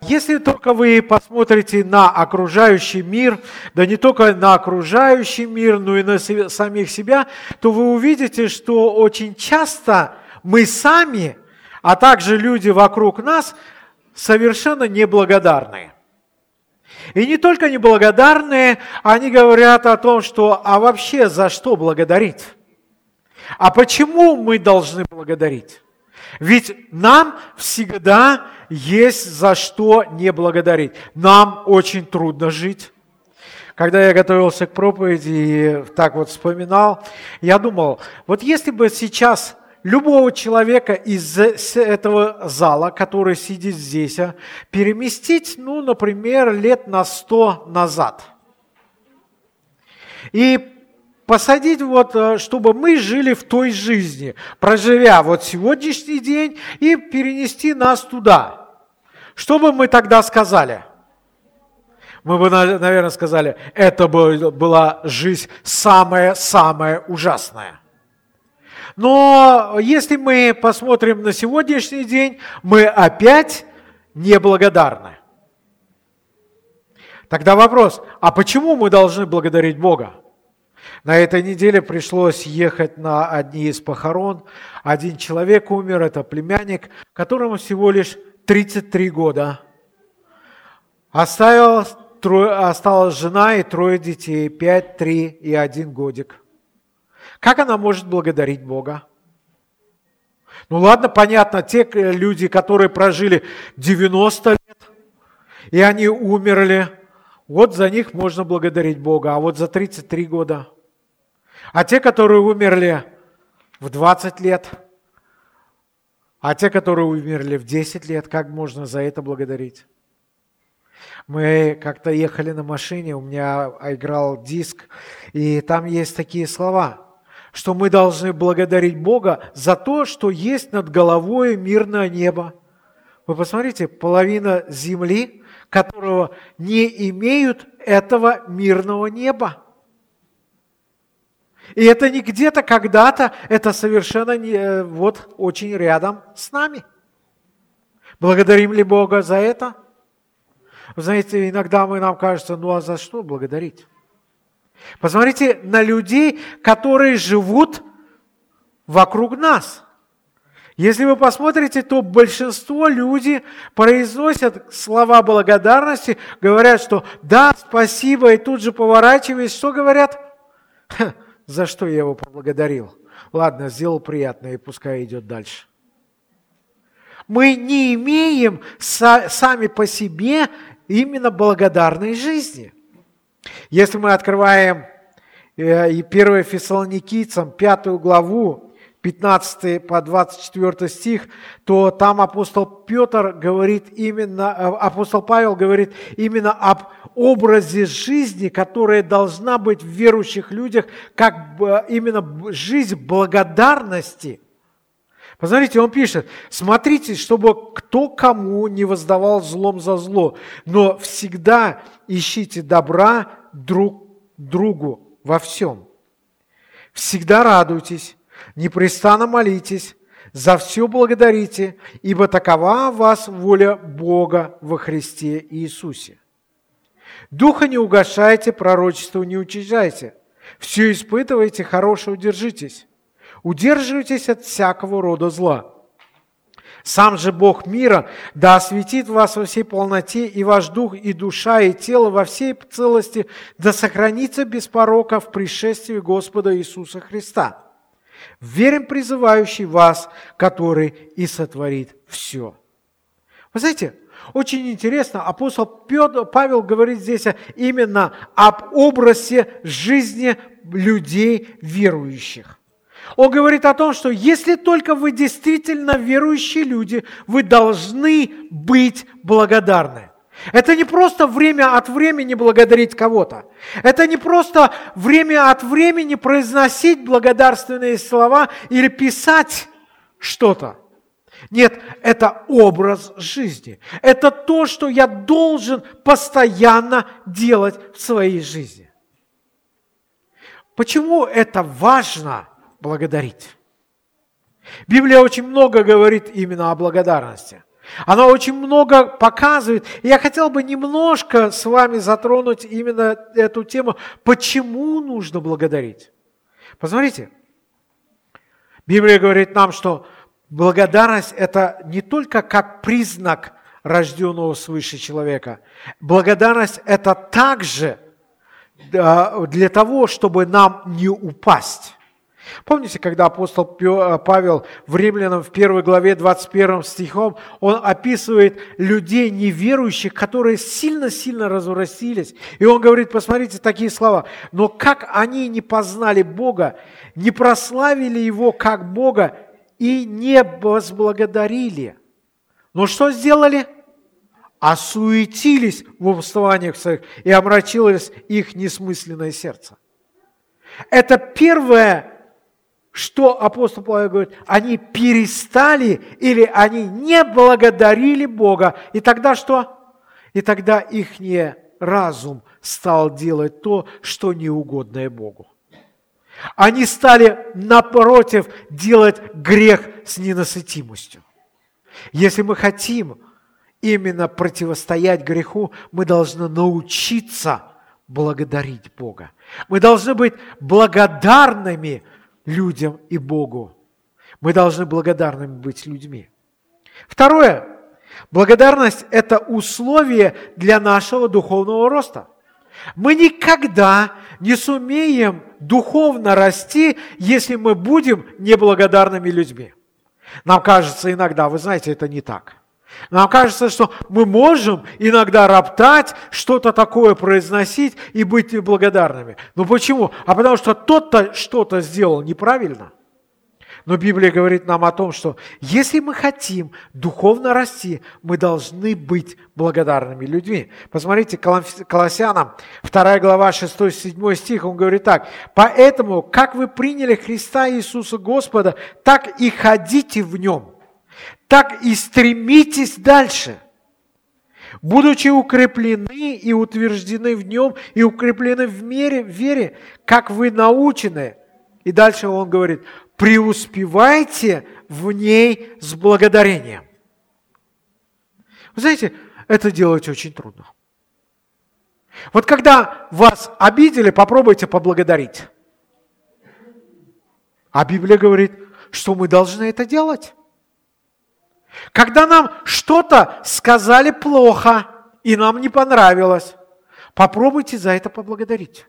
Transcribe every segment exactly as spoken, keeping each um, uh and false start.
Если только вы посмотрите на окружающий мир, да не только на окружающий мир, но и на самих себя, то вы увидите, что очень часто мы сами, а также люди вокруг нас, совершенно неблагодарные. И не только неблагодарные, они говорят о том, что а вообще за что благодарить? А почему мы должны благодарить? Ведь нам всегда есть за что не благодарить. Нам очень трудно жить. Когда я готовился к проповеди и так вот вспоминал, я думал, вот если бы сейчас любого человека из этого зала, который сидит здесь, переместить, ну, например, лет на сто назад. И посадить, вот, чтобы мы жили в той жизни, проживя вот сегодняшний день, и перенести нас туда. Что бы мы тогда сказали? Мы бы, наверное, сказали, это была жизнь самая-самая ужасная. Но если мы посмотрим на сегодняшний день, мы опять неблагодарны. Тогда вопрос, а почему мы должны благодарить Бога? На этой неделе пришлось ехать на одни из похорон. Один человек умер, это племянник, которому всего лишь тридцать три года. Оставил, трое, осталась жена и трое детей, пять, три и один годик. Как она может благодарить Бога? Ну ладно, понятно, те люди, которые прожили девяносто лет, и они умерли, вот за них можно благодарить Бога, а вот за тридцать три года. А те, которые умерли в двадцать лет, а те, которые умерли в десять лет, как можно за это благодарить? Мы как-то ехали на машине, у меня играл диск, и там есть такие слова, что мы должны благодарить Бога за то, что есть над головой мирное небо. Вы посмотрите, половина земли, которого не имеют этого мирного неба. И это не где-то, когда-то, это совершенно не, вот очень рядом с нами. Благодарим ли Бога за это? Вы знаете, иногда мы, нам кажется, ну а за что благодарить? Посмотрите на людей, которые живут вокруг нас. Если вы посмотрите, то большинство людей произносят слова благодарности, говорят, что да, спасибо, и тут же поворачиваясь, что говорят? Ха, за что я его поблагодарил? Ладно, сделал приятное, и пускай идет дальше. Мы не имеем са- сами по себе именно благодарной жизни. Если мы открываем э, первое Фессалоникийцам, пятую главу, пятнадцатый по двадцать четвёртый стих, то там апостол Петр говорит именно, апостол Павел говорит именно об образе жизни, которая должна быть в верующих людях, как именно жизнь благодарности. Посмотрите, он пишет, смотрите, чтобы кто кому не воздавал злом за зло, но всегда ищите добра друг другу во всем. Всегда радуйтесь, непрестанно молитесь, за все благодарите, ибо такова у вас воля Бога во Христе Иисусе. Духа не угашайте, пророчеству не учащайте, все испытывайте, хорошего держитесь. Удерживайтесь от всякого рода зла. Сам же Бог мира да осветит вас во всей полноте, и ваш дух, и душа, и тело во всей целости да сохранится без порока в пришествии Господа Иисуса Христа. Верен призывающий вас, который и сотворит все. Вы знаете, очень интересно, апостол Петр, Павел говорит здесь именно об образе жизни людей верующих. Он говорит о том, что если только вы действительно верующие люди, вы должны быть благодарны. Это не просто время от времени благодарить кого-то. Это не просто время от времени произносить благодарственные слова или писать что-то. Нет, это образ жизни. Это то, что я должен постоянно делать в своей жизни. Почему это важно? Благодарить. Библия очень много говорит именно о благодарности. Она очень много показывает. И я хотел бы немножко с вами затронуть именно эту тему, почему нужно благодарить. Посмотрите, Библия говорит нам, что благодарность – это не только как признак рожденного свыше человека. Благодарность – это также для того, чтобы нам не упасть. Помните, когда апостол Павел в Римлянам в первой главе двадцать первым стихом, он описывает людей неверующих, которые сильно-сильно развратились. И он говорит, посмотрите, такие слова. «Но как они не познали Бога, не прославили Его как Бога и не возблагодарили». Но что сделали? Осуетились в умствованиях своих, и омрачилось их несмысленное сердце. Это первое, что апостол Павел говорит, они перестали или они не благодарили Бога. И тогда что? И тогда их разум стал делать то, что неугодное Богу. Они стали, напротив, делать грех с ненасытимостью. Если мы хотим именно противостоять греху, мы должны научиться благодарить Бога. Мы должны быть благодарными людям и Богу. Мы должны благодарными быть людьми. Второе. Благодарность – это условие для нашего духовного роста. Мы никогда не сумеем духовно расти, если мы будем неблагодарными людьми. Нам кажется иногда, вы знаете, это не так. Нам кажется, что мы можем иногда роптать, что-то такое произносить и быть неблагодарными. Но почему? А потому что тот-то что-то сделал неправильно. Но Библия говорит нам о том, что если мы хотим духовно расти, мы должны быть благодарными людьми. Посмотрите, Колоссянам, вторая глава, шестой-седьмой стих, он говорит так. «Поэтому, как вы приняли Христа Иисуса Господа, так и ходите в Нем, так и стремитесь дальше, будучи укреплены и утверждены в Нем, и укреплены в мере, в вере, как вы научены». И дальше он говорит, преуспевайте в ней с благодарением. Вы знаете, это делать очень трудно. Вот когда вас обидели, попробуйте поблагодарить. А Библия говорит, что мы должны это делать. Когда нам что-то сказали плохо, и нам не понравилось, попробуйте за это поблагодарить.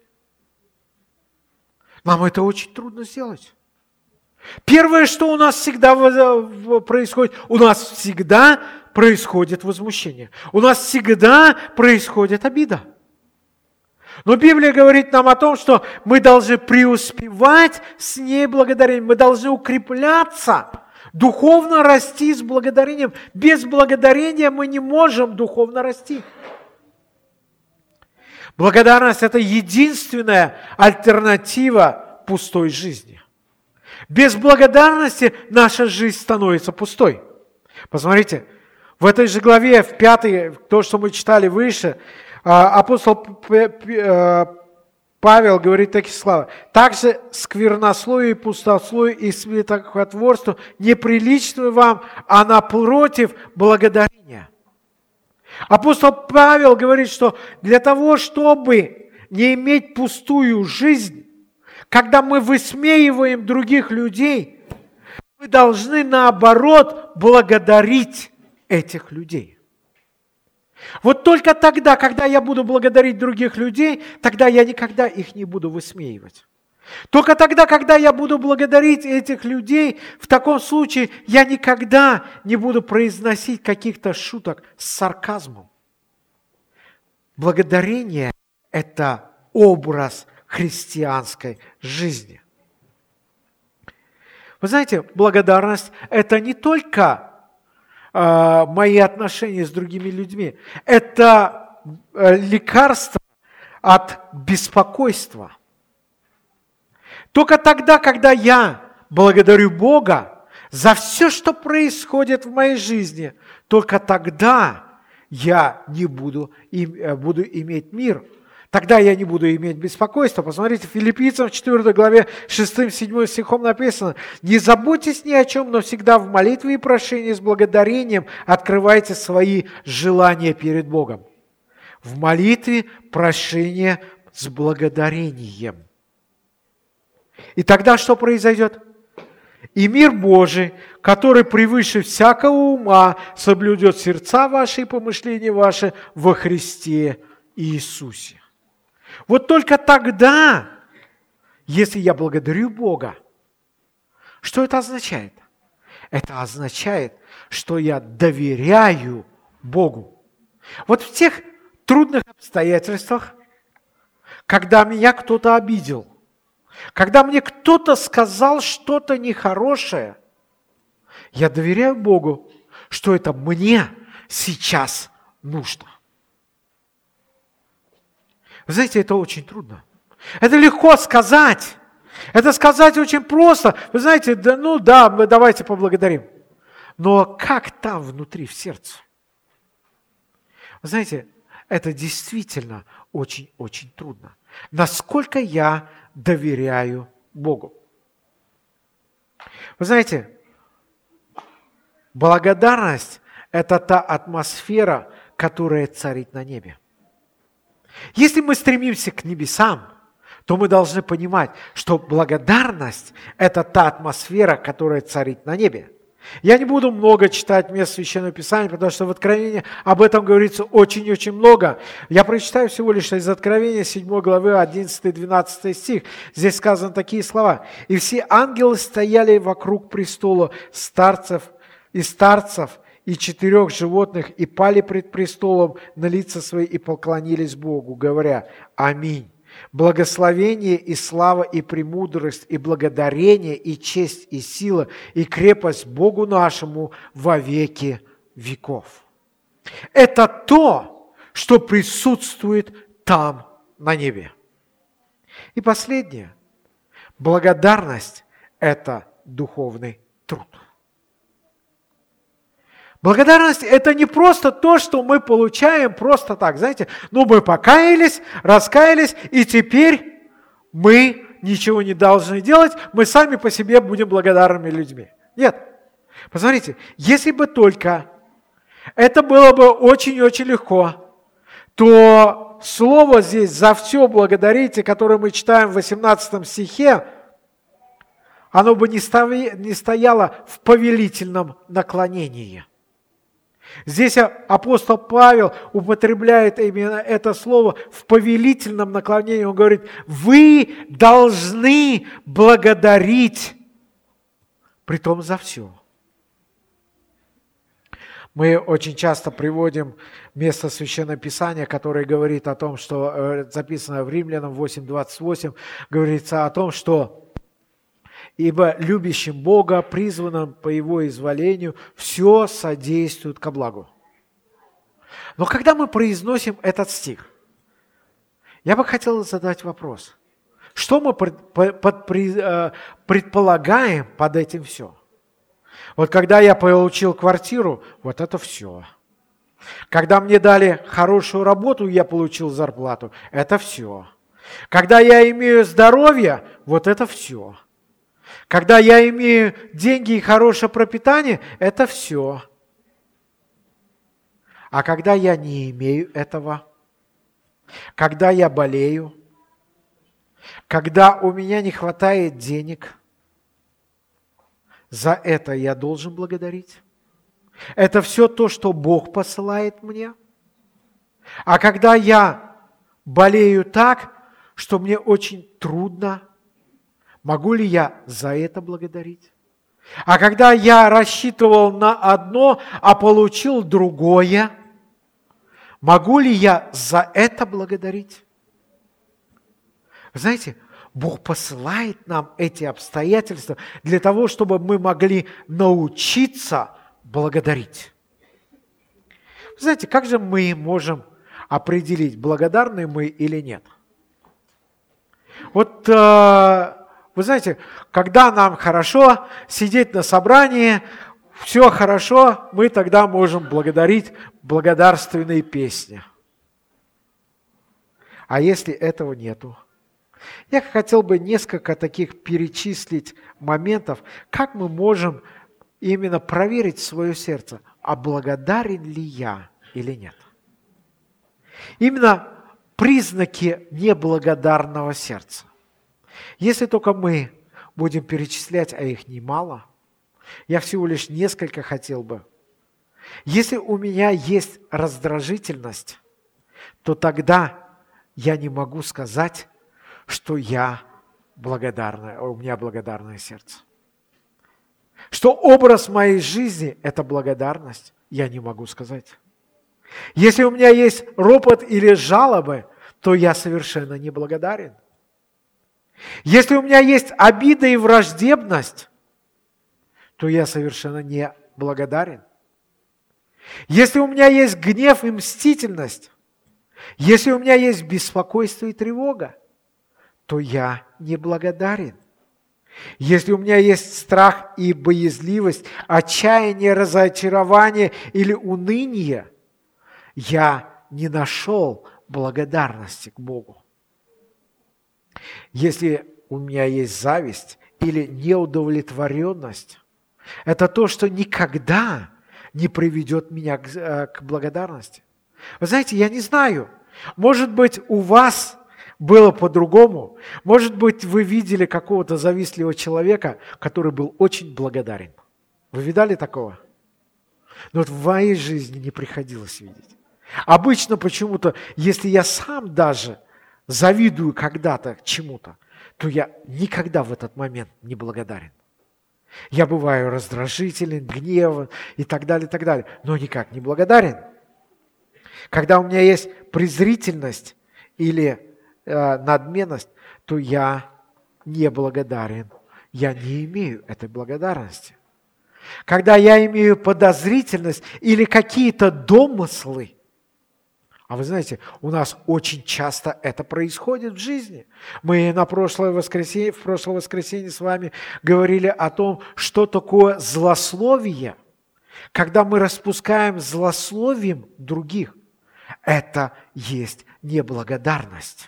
Нам это очень трудно сделать. Первое, что у нас всегда происходит, у нас всегда происходит возмущение. У нас всегда происходит обида. Но Библия говорит нам о том, что мы должны преуспевать с ней благодарением, мы должны укрепляться, духовно расти с благодарением. Без благодарения мы не можем духовно расти. Благодарность – это единственная альтернатива пустой жизни. Без благодарности наша жизнь становится пустой. Посмотрите, в этой же главе, в пятой, то, что мы читали выше, апостол Павел говорит такие слова. «Также сквернословие и пустословие и смехотворство неприличны вам, а напротив благодарения». Апостол Павел говорит, что для того, чтобы не иметь пустую жизнь, когда мы высмеиваем других людей, мы должны, наоборот, благодарить этих людей. Вот только тогда, когда я буду благодарить других людей, тогда я никогда их не буду высмеивать. Только тогда, когда я буду благодарить этих людей, в таком случае я никогда не буду произносить каких-то шуток с сарказмом. Благодарение – это образ христианской жизни. Вы знаете, благодарность – это не только э, мои отношения с другими людьми, это э, лекарство от беспокойства. Только тогда, когда я благодарю Бога за все, что происходит в моей жизни, только тогда я не буду, буду иметь мир. тогда я не буду иметь беспокойства. Посмотрите, Филиппийцам в четвёртой главе шестым-седьмым стихом написано: «Не заботьтесь ни о чем, но всегда в молитве и прошении с благодарением открывайте свои желания перед Богом». В молитве прошение с благодарением. И тогда что произойдет? «И мир Божий, который превыше всякого ума, соблюдет сердца ваши и помышления ваши во Христе Иисусе». Вот только тогда, если я благодарю Бога, что это означает? Это означает, что я доверяю Богу. Вот в тех трудных обстоятельствах, когда меня кто-то обидел, когда мне кто-то сказал что-то нехорошее, я доверяю Богу, что это мне сейчас нужно. Вы знаете, это очень трудно. Это легко сказать. Это сказать очень просто. Вы знаете, да, ну да, мы давайте поблагодарим. Но как там внутри, в сердце? Вы знаете, это действительно очень-очень трудно. Насколько я доверяю Богу. Вы знаете, благодарность – это та атмосфера, которая царит на небе. Если мы стремимся к небесам, то мы должны понимать, что благодарность – это та атмосфера, которая царит на небе. Я не буду много читать мест Священного Писания, потому что в Откровении об этом говорится очень-очень много. Я прочитаю всего лишь из Откровения седьмой главы одиннадцатый-двенадцатый стих. Здесь сказаны такие слова. «И все ангелы стояли вокруг престола старцев и старцев, и четырех животных, и пали пред престолом на лица свои, и поклонились Богу, говоря: Аминь. Благословение и слава, и премудрость, и благодарение, и честь, и сила, и крепость Богу нашему во веки веков». Это то, что присутствует там, на небе. И последнее. Благодарность – это духовный труд. Благодарность – это не просто то, что мы получаем просто так. Знаете, ну мы покаялись, раскаялись, и теперь мы ничего не должны делать, мы сами по себе будем благодарными людьми. Нет. Посмотрите, если бы только это было бы очень-очень легко, то слово здесь «за все благодарите», которое мы читаем в восемнадцатом стихе, оно бы не стояло в повелительном наклонении. Здесь апостол Павел употребляет именно это слово в повелительном наклонении. Он говорит: вы должны благодарить, притом за все. Мы очень часто приводим место Священного Писания, которое говорит о том, что записано в Римлянам восемь двадцать восемь, говорится о том, что «Ибо любящим Бога, призванным по Его изволению, все содействует ко благу». Но когда мы произносим этот стих, я бы хотел задать вопрос. Что мы предполагаем под этим все? Вот когда я получил квартиру, вот это все. Когда мне дали хорошую работу, я получил зарплату, это все. Когда я имею здоровье, вот это все. Когда я имею деньги и хорошее пропитание, это все. А когда я не имею этого, когда я болею, когда у меня не хватает денег, за это я должен благодарить. Это все то, что Бог посылает мне. А когда я болею так, что мне очень трудно, могу ли я за это благодарить? А когда я рассчитывал на одно, а получил другое, могу ли я за это благодарить? Знаете, Бог посылает нам эти обстоятельства для того, чтобы мы могли научиться благодарить. Знаете, как же мы можем определить, благодарны мы или нет? Вот, вы знаете, когда нам хорошо сидеть на собрании, все хорошо, мы тогда можем благодарить благодарственные песни. А если этого нету? Я хотел бы несколько таких перечислить моментов, как мы можем именно проверить свое сердце, а благодарен ли я или нет. Именно признаки неблагодарного сердца. Если только мы будем перечислять, а их немало, я всего лишь несколько хотел бы. Если у меня есть раздражительность, то тогда я не могу сказать, что я благодарная, у меня благодарное сердце. Что образ моей жизни – это благодарность, я не могу сказать. Если у меня есть ропот или жалобы, то я совершенно не благодарен. Если у меня есть обида и враждебность, то я совершенно не благодарен. Если у меня есть гнев и мстительность, если у меня есть беспокойство и тревога, то я не благодарен. Если у меня есть страх и боязливость, отчаяние, разочарование или уныние, я не нашел благодарности к Богу. Если у меня есть зависть или неудовлетворенность, это то, что никогда не приведет меня к, к благодарности. Вы знаете, я не знаю, может быть, у вас было по-другому, может быть, вы видели какого-то завистливого человека, который был очень благодарен. Вы видали такого? Но вот в моей жизни не приходилось видеть. Обычно почему-то, если я сам даже завидую когда-то чему-то, то я никогда в этот момент не благодарен. Я бываю раздражителен, гневан и так далее, и так далее, но никак не благодарен. Когда у меня есть презрительность или э, надменность, то я не благодарен. Я не имею этой благодарности. Когда я имею подозрительность или какие-то домыслы, а вы знаете, у нас очень часто это происходит в жизни. Мы на прошлое воскресенье, в прошлое воскресенье с вами говорили о том, что такое злословие. Когда мы распускаем злословием других, это есть неблагодарность.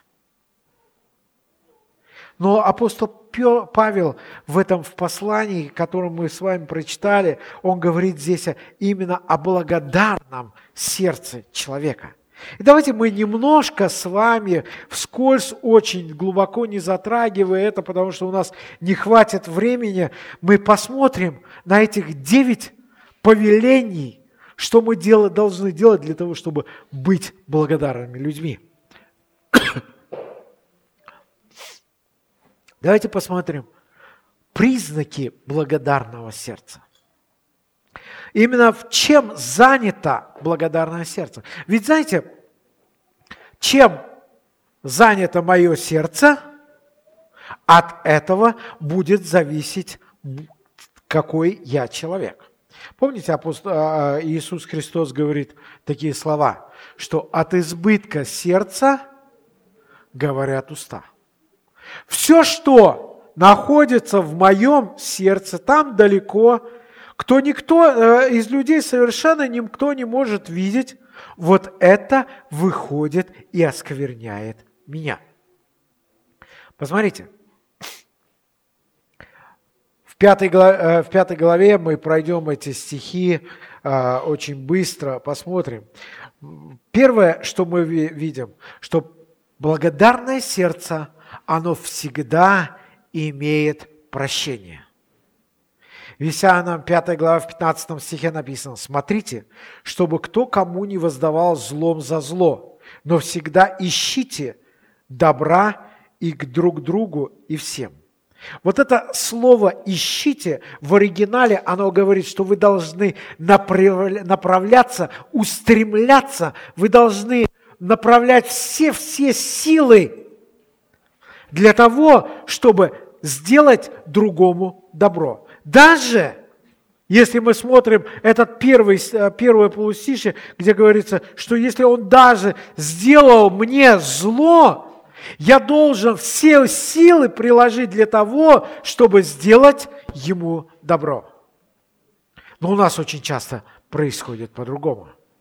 Но апостол Павел в этом в послании, которое мы с вами прочитали, он говорит здесь именно о благодарном сердце человека. И давайте мы немножко с вами вскользь, очень глубоко не затрагивая это, потому что у нас не хватит времени, мы посмотрим на этих девять повелений, что мы делать, должны делать для того, чтобы быть благодарными людьми. Давайте посмотрим признаки благодарного сердца. Именно в чем занято благодарное сердце? Ведь знаете, чем занято мое сердце, от этого будет зависеть, какой я человек. Помните, апостол, Иисус Христос говорит такие слова, что от избытка сердца говорят уста. Все, что находится в моем сердце, там далеко, кто никто из людей совершенно никто не может видеть, вот это выходит и оскверняет меня. Посмотрите, в пятой главе, в пятой главе мы пройдем эти стихи очень быстро, посмотрим. Первое, что мы видим, что благодарное сердце, оно всегда имеет прощение. В Ефесянам пятой главе, в пятнадцатом стихе написано: «Смотрите, чтобы кто кому не воздавал злом за зло, но всегда ищите добра и к друг другу и всем». Вот это слово «ищите» в оригинале, оно говорит, что вы должны направляться, устремляться, вы должны направлять все-все силы для того, чтобы сделать другому добро. Даже если мы смотрим этот первый, первое полустишье, где говорится, что если он даже сделал мне зло, я должен все силы приложить для того, чтобы сделать ему добро. Но у нас очень часто происходит по-другому.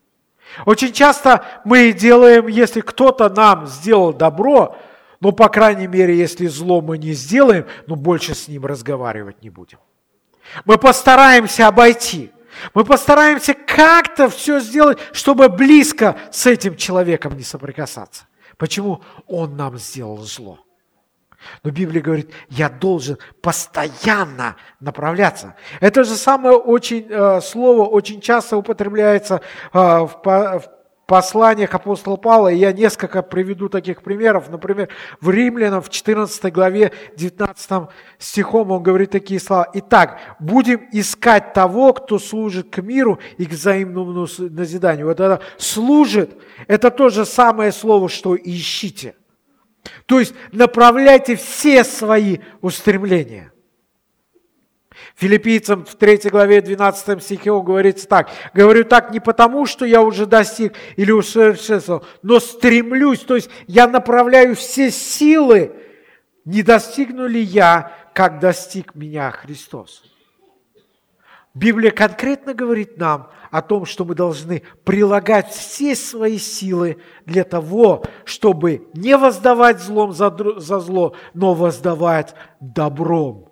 Очень часто мы делаем, если кто-то нам сделал добро, ну, по крайней мере, если зло мы не сделаем, ну, больше с ним разговаривать не будем. Мы постараемся обойти. Мы постараемся как-то все сделать, чтобы близко с этим человеком не соприкасаться. Почему? Он нам сделал зло. Но Библия говорит, я должен постоянно направляться. Это же самое очень, э, слово очень часто употребляется э, в, по, в посланиях апостола Павла. И я несколько приведу таких примеров. Например, в Римлянам в четырнадцатой главе девятнадцатом стихом он говорит такие слова. Итак, будем искать того, кто служит к миру и к взаимному назиданию. Вот это служит, это то же самое слово, что ищите. То есть направляйте все свои устремления. Филиппийцам в третьей главе двенадцатом стихе он говорит так. Говорю так не потому, что я уже достиг или усовершенствовал, но стремлюсь, то есть я направляю все силы, не достигну ли я, как достиг меня Христос. Библия конкретно говорит нам о том, что мы должны прилагать все свои силы для того, чтобы не воздавать злом за, за зло, но воздавать добром.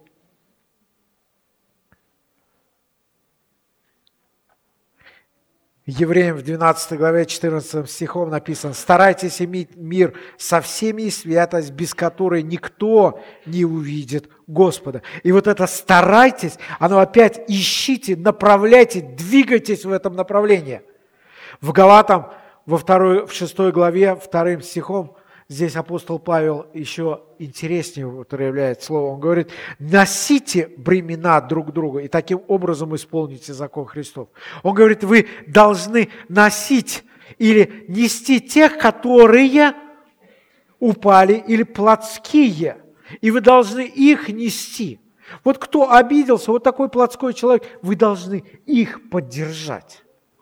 Евреям в двенадцатой главе четырнадцатом стихом написано: «Старайтесь иметь мир со всеми и святость, без которой никто не увидит Господа». И вот это «старайтесь», оно опять ищите, направляйте, двигайтесь в этом направлении. В Галатам во второй, в шестой главе, вторым стихом, здесь апостол Павел еще интереснее употребляет слово. Он говорит: носите бремена друг друга и таким образом исполните закон Христов. Он говорит, вы должны носить или нести тех, которые упали или плотские. И вы должны их нести. Вот кто обиделся, вот такой плотской человек, вы должны их поддержать.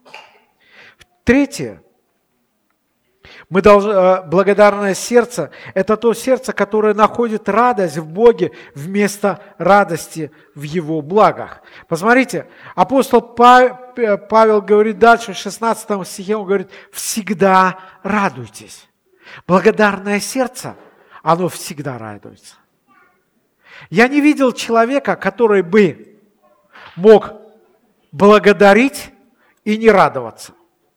Третье. Мы должны, благодарное сердце – это то сердце, которое находит радость в Боге вместо радости в Его благах. Посмотрите, апостол Павел говорит дальше, в шестнадцатом стихе, он говорит: «Всегда радуйтесь». Благодарное сердце, оно всегда радуется. Я не видел человека, который бы мог благодарить и не радоваться.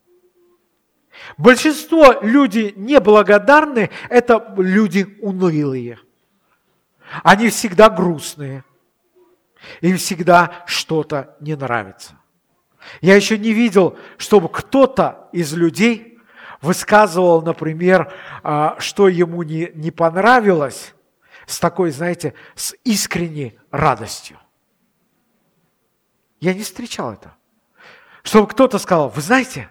Большинство людей неблагодарны – это люди унылые. Они всегда грустные. Им всегда что-то не нравится. Я еще не видел, чтобы кто-то из людей высказывал, например, что ему не, не понравилось, с такой, знаете, с искренней радостью. Я не встречал это. Чтобы кто-то сказал: вы знаете,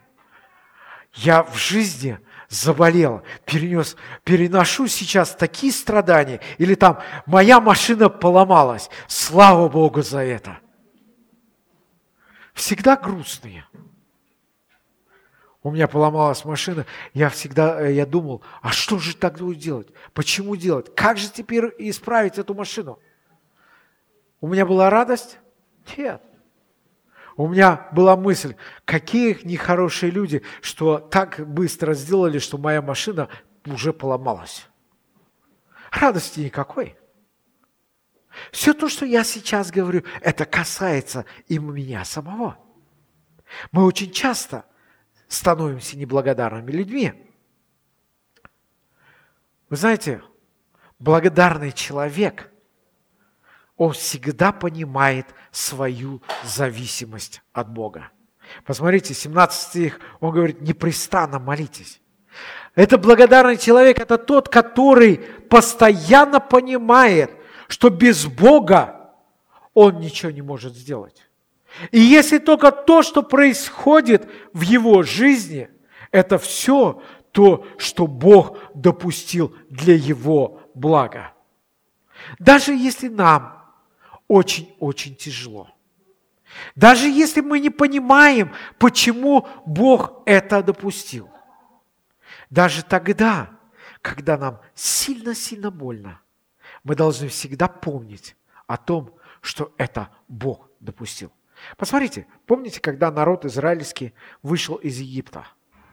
я в жизни заболел, перенес, переношу сейчас такие страдания, или там моя машина поломалась, слава Богу за это. Всегда грустные. У меня поломалась машина, я всегда, я думал, а что же так делать? Почему делать? Как же теперь исправить эту машину? У меня была радость? Нет. У меня была мысль, какие нехорошие люди, что так быстро сделали, что моя машина уже поломалась. Радости никакой. Все то, что я сейчас говорю, это касается и меня самого. Мы очень часто становимся неблагодарными людьми. Вы знаете, благодарный человек, он всегда понимает свою зависимость от Бога. Посмотрите, семнадцатый стих, он говорит: непрестанно молитесь. Это благодарный человек, это тот, который постоянно понимает, что без Бога он ничего не может сделать. И если только то, что происходит в его жизни, это все то, что Бог допустил для его блага. Даже если нам очень-очень тяжело. Даже если мы не понимаем, почему Бог это допустил. Даже тогда, когда нам сильно-сильно больно, мы должны всегда помнить о том, что это Бог допустил. Посмотрите, помните, когда народ израильский вышел из Египта?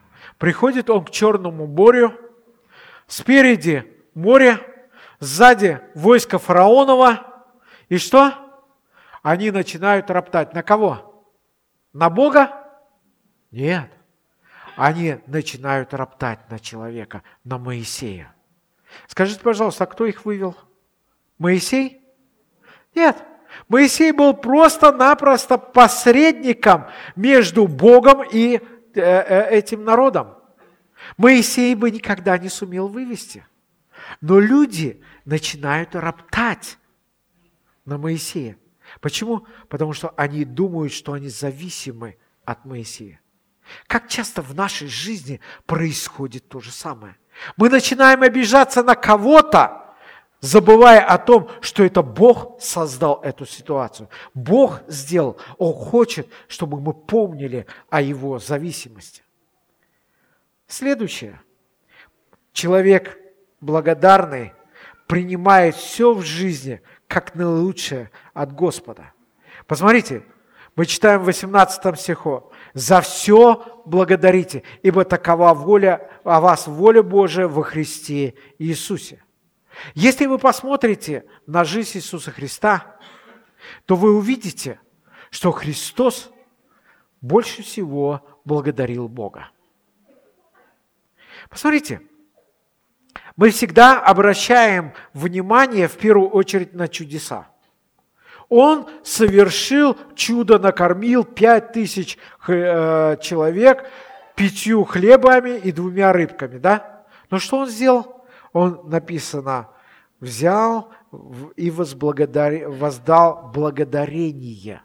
Приходит он к Черному морю, спереди море, сзади войско фараонова. И что? Они начинают роптать. На кого? На Бога? Нет. Они начинают роптать на человека, на Моисея. Скажите, пожалуйста, а кто их вывел? Моисей? Нет. Моисей был просто-напросто посредником между Богом и э, э, этим народом. Моисей бы никогда не сумел вывести. Но люди начинают роптать на Моисея. Почему? Потому что они думают, что они зависимы от Моисея. Как часто в нашей жизни происходит то же самое. Мы начинаем обижаться на кого-то, забывая о том, что это Бог создал эту ситуацию. Бог сделал, Он хочет, чтобы мы помнили о Его зависимости. Следующее. Человек благодарный принимает все в жизни как наилучшее от Господа. Посмотрите, мы читаем в восемнадцатом стиху. «За все благодарите, ибо такова воля о вас, воля Божия во Христе Иисусе». Если вы посмотрите на жизнь Иисуса Христа, то вы увидите, что Христос больше всего благодарил Бога. Посмотрите, мы всегда обращаем внимание в первую очередь на чудеса. Он совершил чудо, накормил пять тысяч человек пятью хлебами и двумя рыбками, да? Но что он сделал? Он, написано, взял и возблагодари, воздал благодарение.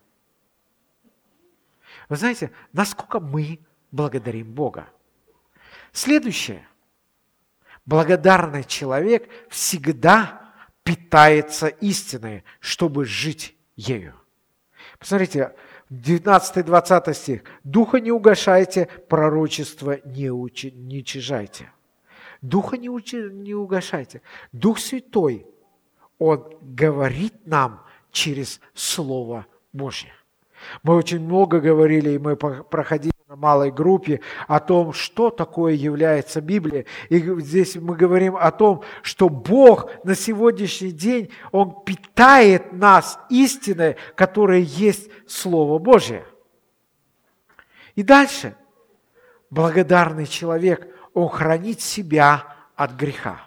Вы знаете, насколько мы благодарим Бога? Следующее. Благодарный человек всегда питается истиной, чтобы жить ею. Посмотрите, девятнадцатый-двадцатый стих. «Духа не угашайте, пророчество не уничижайте». Духа не, учи, не угашайте. Дух Святой, Он говорит нам через Слово Божье. Мы очень много говорили, и мы проходили на малой группе о том, что такое является Библия. И здесь мы говорим о том, что Бог на сегодняшний день, Он питает нас истиной, которая есть Слово Божье. И дальше. Благодарный человек, он хранит себя от греха.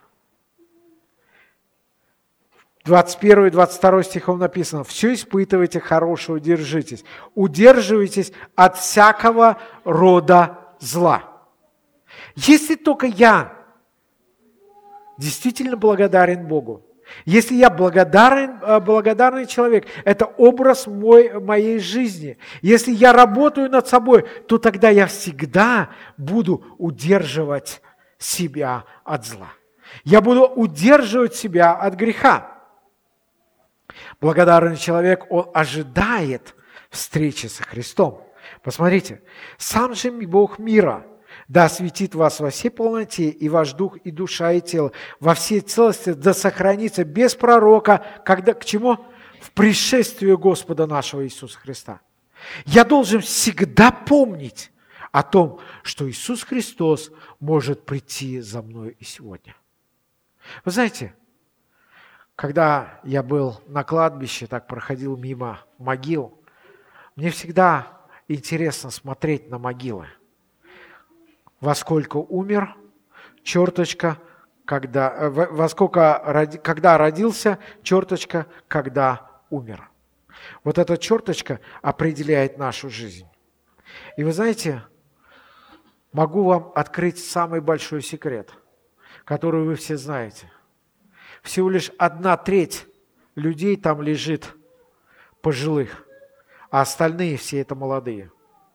двадцать первый и двадцать второй стихом написано: «Все испытывайте, хорошего держитесь, удерживайтесь от всякого рода зла». Если только я действительно благодарен Богу, если я благодарен, благодарный человек, это образ мой, моей жизни, если я работаю над собой, то тогда я всегда буду удерживать себя от зла. Я буду удерживать себя от греха. Благодарный человек, он ожидает встречи со Христом. Посмотрите, сам же Бог мира да осветит вас во всей полноте, и ваш дух, и душа, и тело, во всей целости, да сохранится без пророка, когда, к чему? В пришествии Господа нашего Иисуса Христа. Я должен всегда помнить о том, что Иисус Христос может прийти за мной и сегодня. Вы знаете, когда я был на кладбище, так проходил мимо могил, мне всегда интересно смотреть на могилы. Во сколько умер, черточка, когда, во сколько, когда родился, черточка, когда умер. Вот эта черточка определяет нашу жизнь. И вы знаете, могу вам открыть самый большой секрет, который вы все знаете. Всего лишь одна треть людей там лежит пожилых, а остальные все это молодые.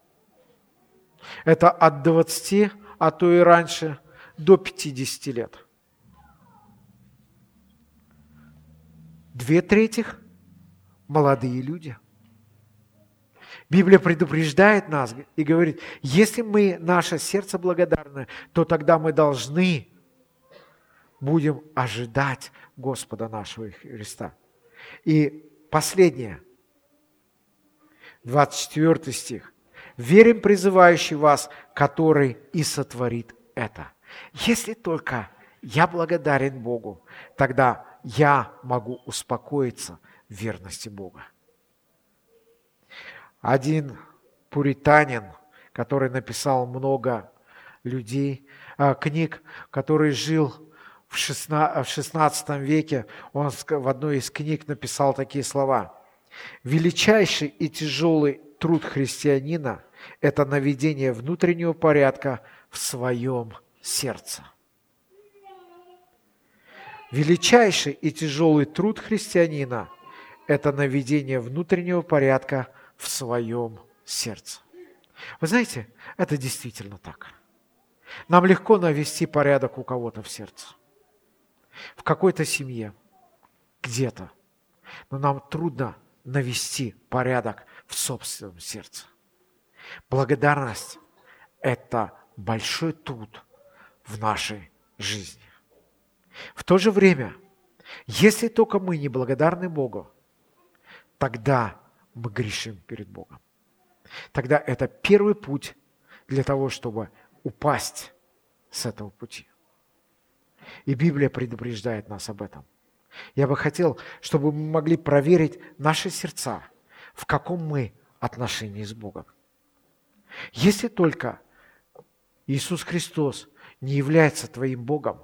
Это от двадцати, а то и раньше, до пятидесяти лет. Две трети – молодые люди. Библия предупреждает нас и говорит, если мы, наше сердце благодарно, то тогда мы должны будем ожидать Господа нашего Христа. И последнее, двадцать четвёртый стих. верен призывающий вас, который и сотворит это. Если только я благодарен Богу, тогда я могу успокоиться в верности Бога. Один пуританин, который написал много людей, книг, который жил в шестнадцатом веке, он в одной из книг написал такие слова: «Величайший и тяжелый труд христианина – это наведение внутреннего порядка в своем сердце». Величайший и тяжелый труд христианина – это наведение внутреннего порядка в своем сердце. Вы знаете, это действительно так. Нам легко навести порядок у кого-то в сердце, в какой-то семье, где-то. Но нам трудно навести порядок в собственном сердце. Благодарность – это большой труд в нашей жизни. В то же время, если только мы не благодарны Богу, тогда мы грешим перед Богом. Тогда это первый путь для того, чтобы упасть с этого пути. И Библия предупреждает нас об этом. Я бы хотел, чтобы мы могли проверить наши сердца, в каком мы отношении с Богом. Если только Иисус Христос не является твоим Богом,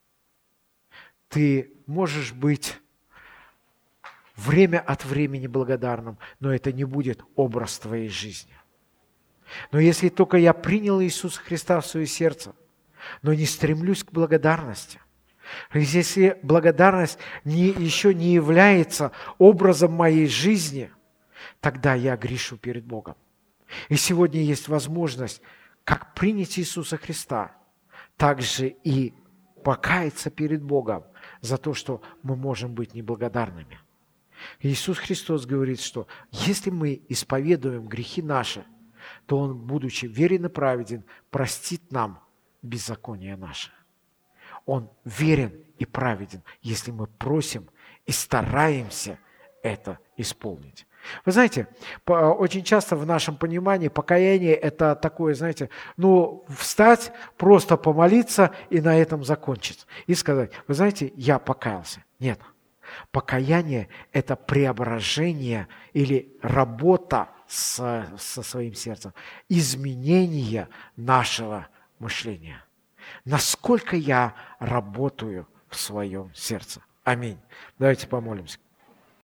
ты можешь быть время от времени благодарным, но это не будет образ твоей жизни. Но если только я принял Иисуса Христа в свое сердце, но не стремлюсь к благодарности, если благодарность не, еще не является образом моей жизни, тогда я грешу перед Богом. И сегодня есть возможность как принять Иисуса Христа, так же и покаяться перед Богом за то, что мы можем быть неблагодарными. Иисус Христос говорит, что если мы исповедуем грехи наши, то Он, будучи верен и праведен, простит нам беззаконие наше. Он верен и праведен, если мы просим и стараемся это исполнить. Вы знаете, очень часто в нашем понимании покаяние – это такое, знаете, ну, встать, просто помолиться и на этом закончить. И сказать: вы знаете, я покаялся. Нет. Покаяние – это преображение или работа со, со своим сердцем, изменение нашего мышления. Насколько я работаю в своем сердце. Аминь. Давайте помолимся.